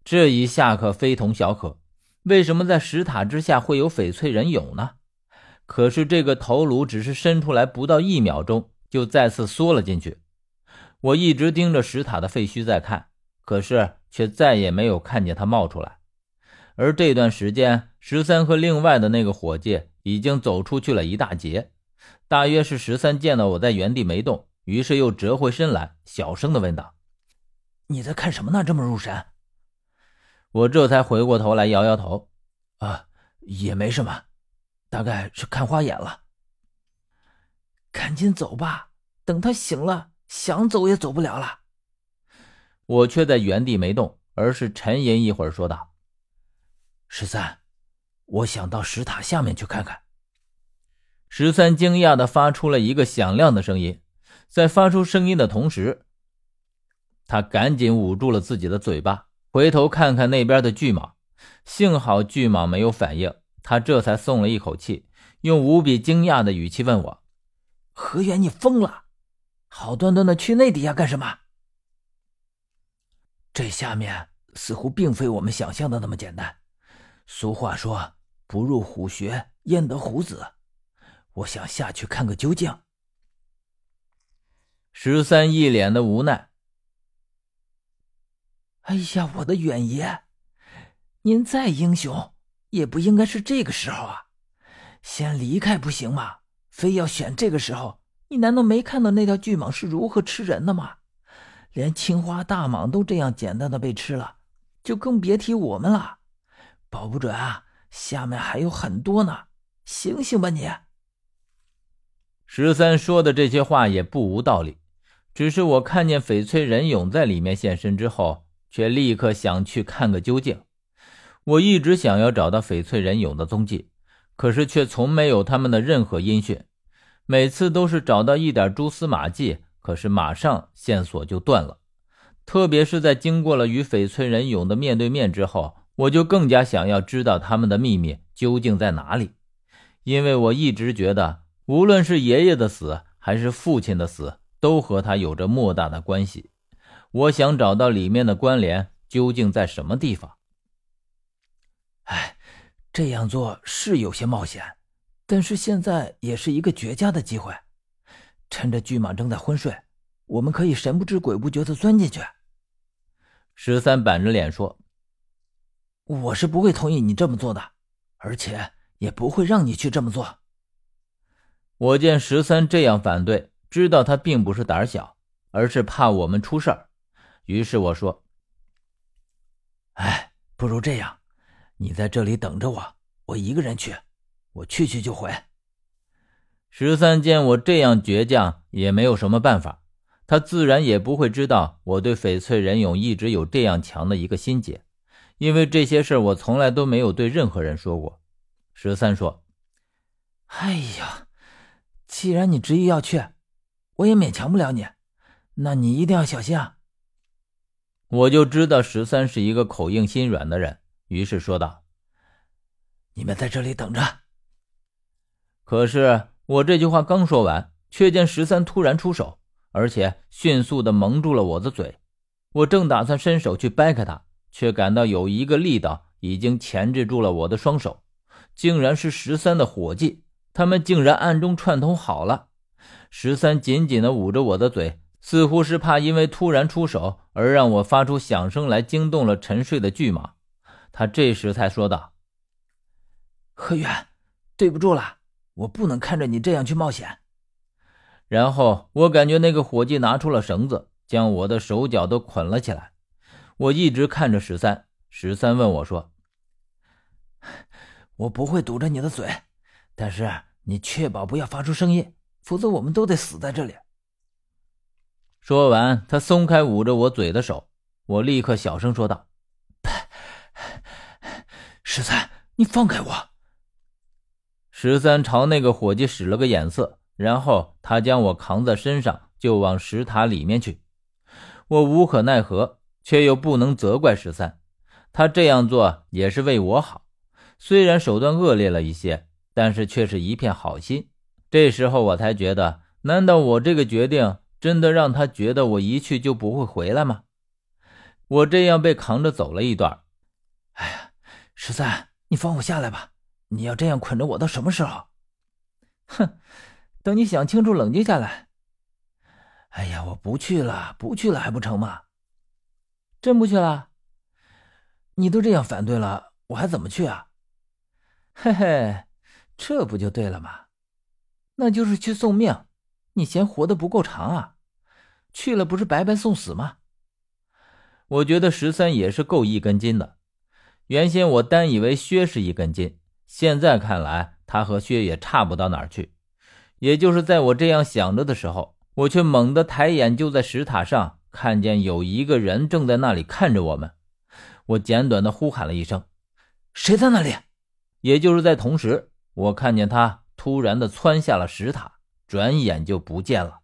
这一下可非同小可，为什么在石塔之下会有翡翠人俑呢？可是这个头颅只是伸出来不到1秒钟，就再次缩了进去。我一直盯着石塔的废墟在看，可是却再也没有看见它冒出来。而这段时间，13和另外的那个伙计已经走出去了一大截，大约是13见到我在原地没动，于是又折回身来，小声地问道： 你在看什么呢，这么入神？ 我这才回过头来摇摇头， 也没什么，大概是看花眼了。赶紧走吧，等他醒了，想走也走不了了。 我却在原地没动，而是沉吟一会儿说道 ：13，我想到石塔下面去看看。 13惊讶地发出了一个响亮的声音，在发出声音的同时，他赶紧捂住了自己的嘴巴，回头看看那边的巨蟒，幸好巨蟒没有反应，他这才松了一口气，用无比惊讶的语气问我： 何源，你疯了？好端端的去那底下干什么？这下面似乎并非我们想象的那么简单。俗话说，不入虎穴焉得虎子，我想下去看个究竟。 13一脸的无奈。 哎呀，我的远爷，您再英雄也不应该是这个时候啊，先离开不行吗？非要选这个时候，你难道没看到那条巨蟒是如何吃人的吗？连青花大蟒都这样简单的被吃了，就更别提我们了。保不准啊，下面还有很多呢，醒醒吧你。 13说的这些话也不无道理，只是我看见翡翠人俑在里面现身之后，却立刻想去看个究竟。我一直想要找到翡翠人俑的踪迹，可是却从没有他们的任何音讯，每次都是找到一点蛛丝马迹，可是马上线索就断了。特别是在经过了与翡翠人俑的面对面之后，我就更加想要知道他们的秘密究竟在哪里。因为我一直觉得，无论是爷爷的死还是父亲的死，都和他有着莫大的关系。我想找到里面的关联究竟在什么地方。 这样做是有些冒险，但是现在也是一个绝佳的机会。趁着巨蟒正在昏睡，我们可以神不知鬼不觉地钻进去。 13板着脸说： 我是不会同意你这么做的，而且也不会让你去这么做。 我见13这样反对，知道他并不是胆小，而是怕我们出事儿。于是我说： 不如这样，你在这里等着我，我一个人去，我去就回。 13见我这样倔强，也没有什么办法，他自然也不会知道我对翡翠人俑一直有这样强的一个心结，因为这些事我从来都没有对任何人说过。13说： 哎呀，既然你执意要去，我也勉强不了你，那你一定要小心啊。 我就知道13是一个口硬心软的人，于是说道： 你们在这里等着。 可是我这句话刚说完，却见13突然出手，而且迅速地蒙住了我的嘴。我正打算伸手去掰开他，却感到有一个力道已经钳制住了我的双手，竟然是13的伙计，他们竟然暗中串通好了。13紧紧地捂着我的嘴，似乎是怕因为突然出手而让我发出响声来惊动了沉睡的巨蟒。他这时才说道： 何远，对不住了，我不能看着你这样去冒险。 然后我感觉那个伙计拿出了绳子，将我的手脚都捆了起来。我一直看着13问我说： 我不会堵着你的嘴，但是你确保不要发出声音，否则我们都得死在这里。 说完，他松开捂着我嘴的手，我立刻小声说道 ：13，你放开我。 13朝那个伙计使了个眼色，然后他将我扛在身上就往石塔里面去。我无可奈何，却又不能责怪13，他这样做也是为我好，虽然手段恶劣了一些，但是却是一片好心。这时候我才觉得，难道我这个决定真的让他觉得我一去就不会回来吗？ 我这样被扛着走了一段。 哎呀，13，你放我下来吧，你要这样捆着我到什么时候？ 哼，等你想清楚冷静下来。 哎呀，我不去了，不去了还不成吗？ 真不去了？ 你都这样反对了，我还怎么去啊？ 嘿嘿，这不就对了吗？那就是去送命，你嫌活得不够长啊？去了不是白白送死吗？我觉得13也是够一根筋的。原先我单以为薛是一根筋，现在看来他和薛也差不到哪儿去。也就是在我这样想着的时候，我却猛地抬眼，就在石塔上看见有一个人正在那里看着我们。我简短的呼喊了一声： 谁在那里？ 也就是在同时，我看见他突然的窜下了石塔，转眼就不见了。